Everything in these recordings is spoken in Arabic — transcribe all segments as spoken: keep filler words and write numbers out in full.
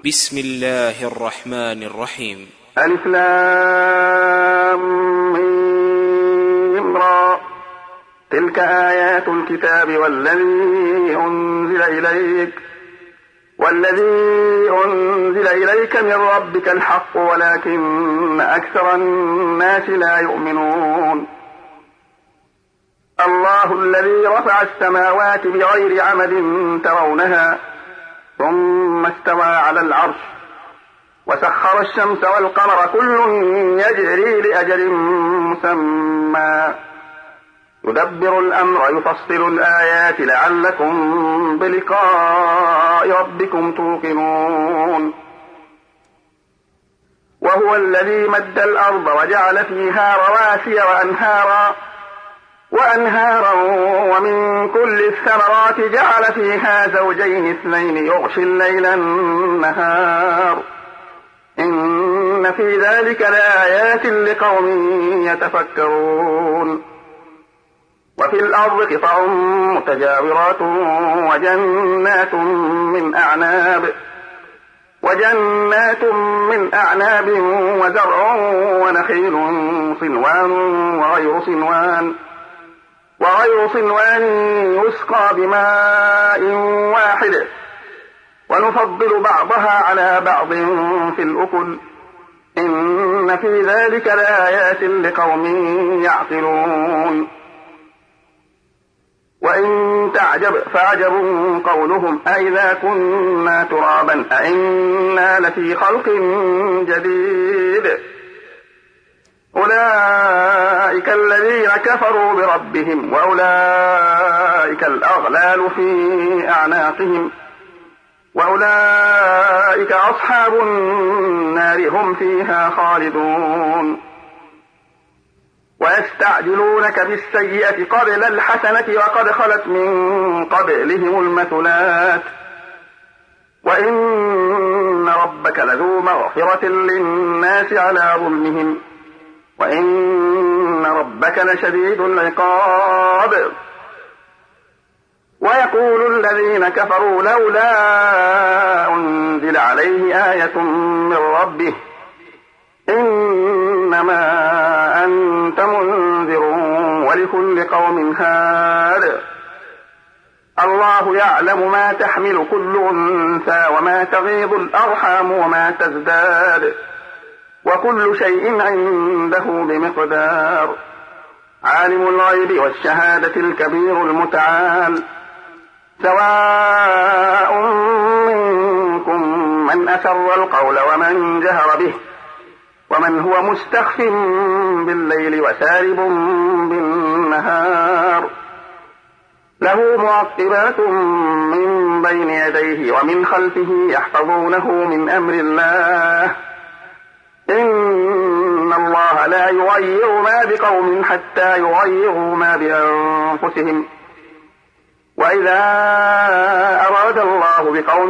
بسم الله الرحمن الرحيم. ألف لام ميم را. تلك آيات الكتاب والذي أنزل إليك والذي أنزل إليك من ربك الحق ولكن أكثر الناس لا يؤمنون. الله الذي رفع السماوات بغير عمد ترونها ثم استوى على العرش وسخر الشمس والقمر كل يجري لأجل مسمى يدبر الأمر يفصل الآيات لعلكم بلقاء ربكم توقنون. وهو الذي مد الأرض وجعل فيها رواسي وأنهارا وأنهارا ومن كل الثمرات جعل فيها زوجين اثنين يغشي الليل النهار إن في ذلك لآيات لقوم يتفكرون. وفي الأرض قطع متجاورات وجنات من أعناب وجنات من أعناب وزرع ونخيل صنوان وغير صنوان وغير صنوان يسقى بماء واحد ونفضل بعضها على بعض في الأكل إن في ذلك لآيات لقوم يعقلون. وإن تعجب فعجب قولهم أئذا كنا ترابا أئنا لفي خلق جديد أولئك الذين كفروا بربهم وأولئك الأغلال في أعناقهم وأولئك أصحاب النار هم فيها خالدون. ويستعجلونك بالسيئة قبل الحسنة وقد خلت من قبلهم المثلات وإن ربك لذو مغفرة للناس على ظلمهم وإن ربك لشديد العقاب. ويقول الذين كفروا لولا أنزل عليه آية من ربه إنما أنت منذر ولكل قوم هاد. الله يعلم ما تحمل كل أنثى وما تغيض الأرحام وما تزداد وكل شيء عنده بمقدار. عالم الغيب والشهادة الكبير المتعال سواء منكم من أسر القول ومن جهر به ومن هو مستخف بالليل وسارب بالنهار له معقبات من بين يديه ومن خلفه يحفظونه من أمر الله إن الله لا يغير ما بقوم حتى يغيروا ما بأنفسهم وإذا أراد الله بقوم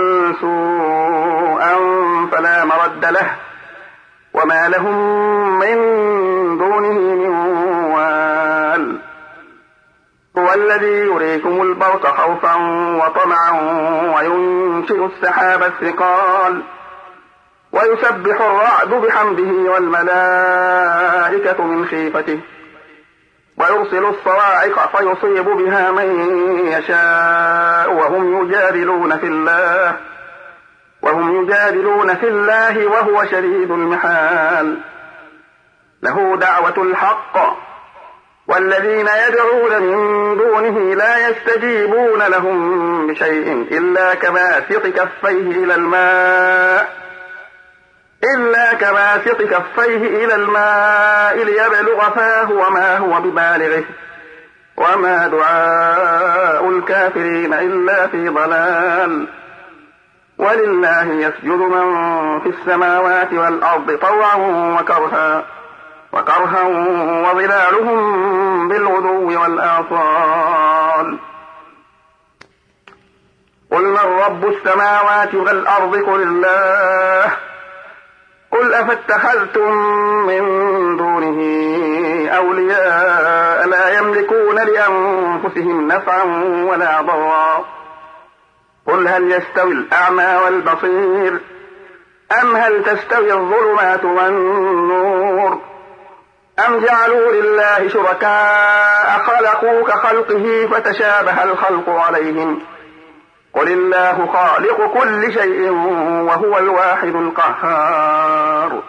سوءا فلا مرد له وما لهم من دونه من وال. هو الذي يريكم البرق خوفا وطمعا وينشئ السحاب الثقال ويسبح الرعد بحمده والملائكة من خيفته ويرسل الصواعق فيصيب بها من يشاء وهم يجادلون في الله وهم يجادلون في الله وهو شديد المحال. له دعوة الحق والذين يدعون من دونه لا يستجيبون لهم بشيء إلا كباسط كفيه إلى الماء إلا كباسط كفيه إلى الماء ليبلغ فاه وما هو ببالغه وما دعاء الكافرين إلا في ضلال. ولله يسجد من في السماوات والأرض طوعا وكرها وكرها وظلالهم بالغدو والآصال. قل من رب السماوات والأرض قل الله قل أفاتخذتم من دونه أولياء لا يملكون لأنفسهم نفعا ولا ضرا قل هل يستوي الأعمى والبصير أم هل تستوي الظلمات والنور أم جعلوا لله شركاء خلقوا كخلقه فتشابه الخلق عليهم قل الله خالق كل شيء وهو الواحد القهار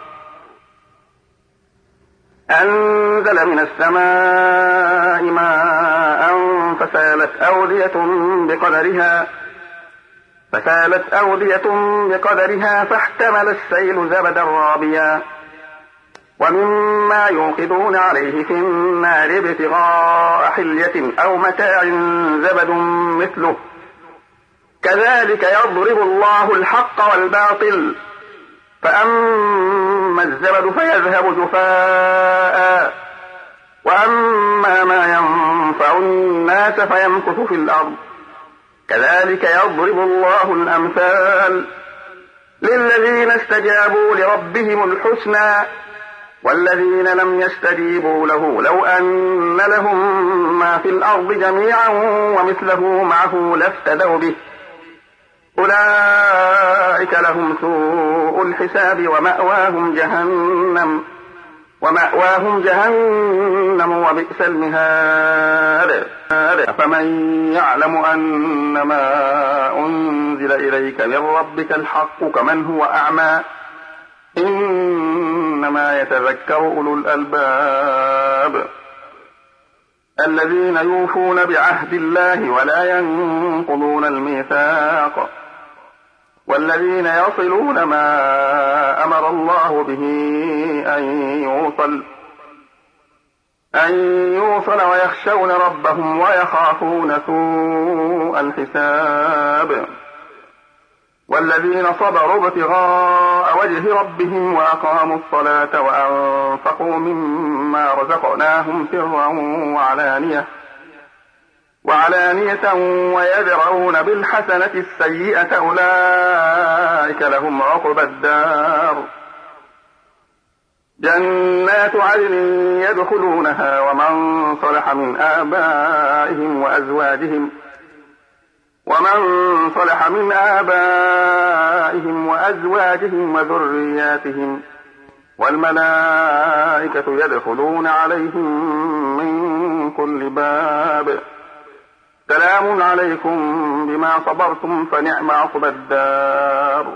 أنزل من السماء ماء فسالت أودية بقدرها فسالت أودية بقدرها فاحتمل السيل زبدا رابيا ومما يوقدون عليه في النار ابتغاء حلية أو متاع زبد مثله كذلك يضرب الله الحق والباطل فأما الزبد فيذهب جفاء وأما ما ينفع الناس فيمكث في الأرض كذلك يضرب الله الأمثال للذين استجابوا لربهم الحسنى والذين لم يستجيبوا له لو أن لهم ما في الأرض جميعا ومثله معه لافتدوا به أولئك لهم سوء الحساب ومأواهم جهنم ومأواهم جهنم وبئس المهاد أفمن يعلم أن ما أنزل إليك من ربك الحق كمن هو أعمى إنما يتذكر أولو الألباب الذين يوفون بعهد الله ولا ينقضون الميثاق والذين يصلون ما أمر الله به أن يوصل أن يوصل ويخشون ربهم ويخافون سوء الحساب والذين صبروا ابتغاء وجه ربهم وأقاموا الصلاة وأنفقوا مما رزقناهم سرا وعلانية وعلانية ويدرؤون بالحسنة السيئة أولئك لهم عقبى الدار جنات عدن يدخلونها ومن صلح من آبائهم وأزواجهم ومن صلح من آبائهم وأزواجهم وذرياتهم والملائكة يدخلون عليهم من كل باب سلام عليكم بما صبرتم فنعم عقبى الدار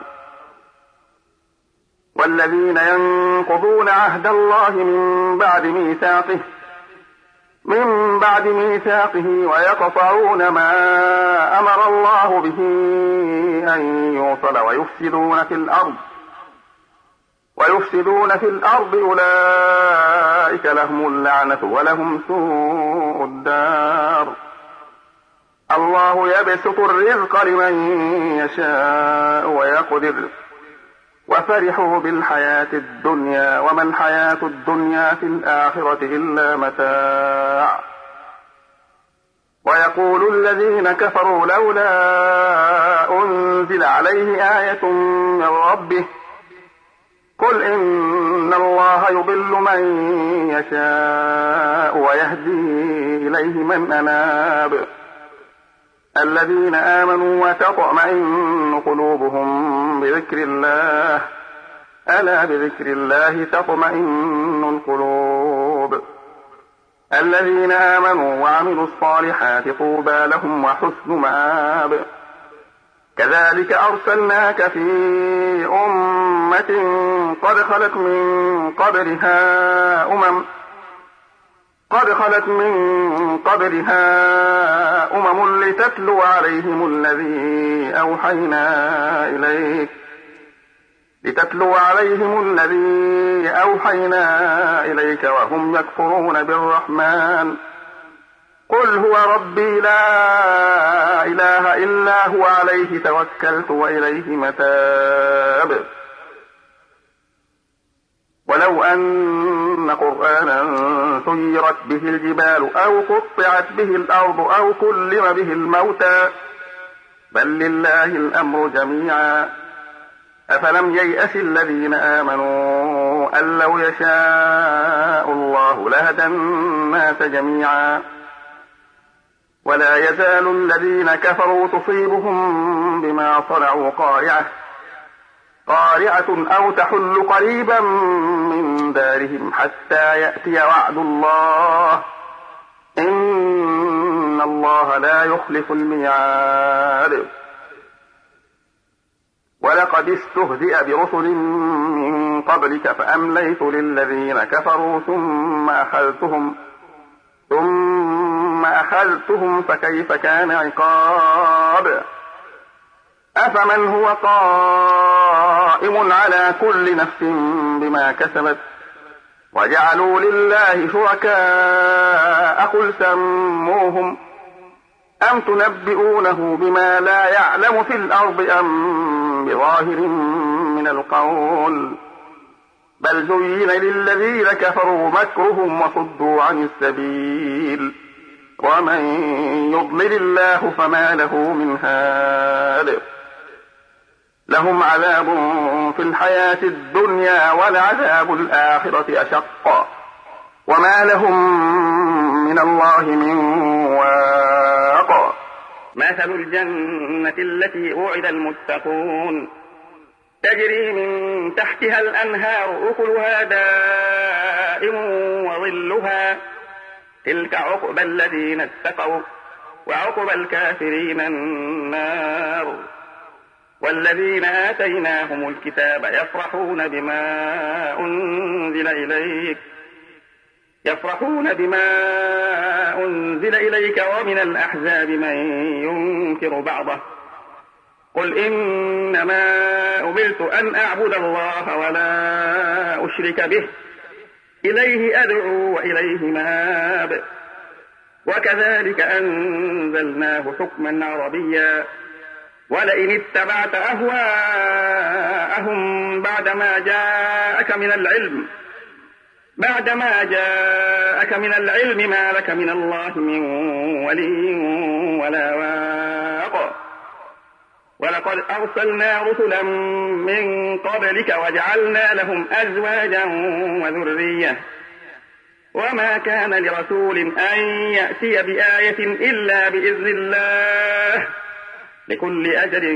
والذين ينقضون عهد الله من بعد ميثاقه من بعد ميثاقه ويقطعون ما أمر الله به أن يوصل ويفسدون في الأرض ويفسدون في الأرض أولئك لهم اللعنة ولهم سوء الدار الله يبسط الرزق لمن يشاء ويقدر وفرحوا بالحياة الدنيا وما الحياة الدنيا في الآخرة إلا متاع ويقول الذين كفروا لولا أنزل عليه آية من ربه قل إن الله يضل من يشاء ويهدي إليه من أناب الذين آمنوا وتطمئن قلوبهم بذكر الله ألا بذكر الله تطمئن القلوب الذين آمنوا وعملوا الصالحات طوبى لهم وحسن مآب كذلك أرسلناك في أمة قد خلت من قبلها أمم قد خلت من قبلها أمم لتتلو عليهم الذي أوحينا إليك لتتلو عليهم الذي أوحينا إليك وهم يكفرون بالرحمن قل هو ربي لا إله إلا هو عليه توكلت وإليه متاب ولو أن قرآنا سيرت به الجبال أو قطعت به الأرض أو كلم به الموتى بل لله الأمر جميعا أفلم ييأس الذين آمنوا أن لو يشاء الله لهدى الناس جميعا ولا يزال الذين كفروا تصيبهم بما صنعوا قارعة قارعة أو تحل قريبا من دارهم حتى يأتي وعد الله إن الله لا يخلف الميعاد. ولقد استهزئ برسل من قبلك فأمليت للذين كفروا ثم أخذتهم ثم أخذتهم فكيف كان عقاب. أفمن هو قائم على كل نفس بما كسبت وجعلوا لله شركاء قل سموهم أم تنبئونه بما لا يعلم في الأرض أم بظاهر من القول بل زين للذين كفروا مكرهم وصدوا عن السبيل ومن يضلل الله فما له من هاد. لهم عذاب في الحياة الدنيا ولعذاب الآخرة أشق وما لهم من الله من واق. مثل الجنة التي وعد المتقون تجري من تحتها الأنهار أكلها دائم وظلها تلك عقبى الذين اتقوا وعقبى الكافرين النار. والذين آتيناهم الكتاب يفرحون بما أنزل إليك يفرحون بما أنزل إليك ومن الأحزاب من ينكر بعضه قل إنما أمرت أن أعبد الله ولا أشرك به إليه أدعو وإليه مآب. وكذلك أنزلناه حكما عربيا ولئن اتبعت أهواءهم بعدما جاءك من العلم بعدما جاءك من العلم ما لك من الله من ولي ولا واق. ولقد أرسلنا رسلا من قبلك وجعلنا لهم أزواجا وذرية وما كان لرسول أن يأتي بآية إلا بإذن الله لكل أجل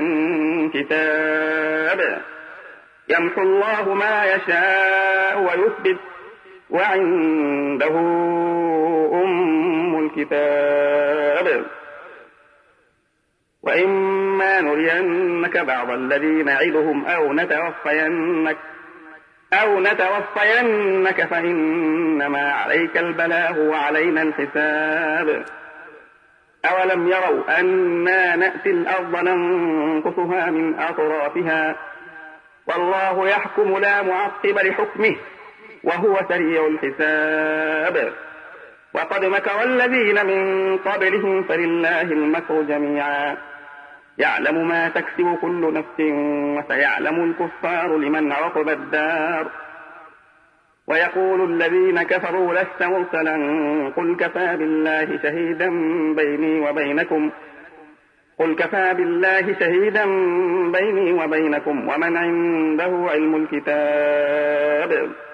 كتاب. يمحو الله ما يشاء ويثبت وعنده أم الكتاب. وإما نرينك بعض الذي نعدهم أو نتوفينك أو نتوفينك فإنما عليك البلاغ وعلينا الحساب. أولم يروا أنا نأتي الأرض ننقصها من أطرافها والله يحكم لا معقب لحكمه وهو سريع الحساب. وقد مكر الذين من قبلهم فلله المكر جميعا يعلم ما تكسب كل نفس وسيعلم الكفار لمن عقب الدار. ويقول الذين كفروا لست مرسلا قل كفى بالله شهيدا بيني وبينكم قل كفى بالله شهيدا بيني وبينكم ومن عنده علم الكتاب.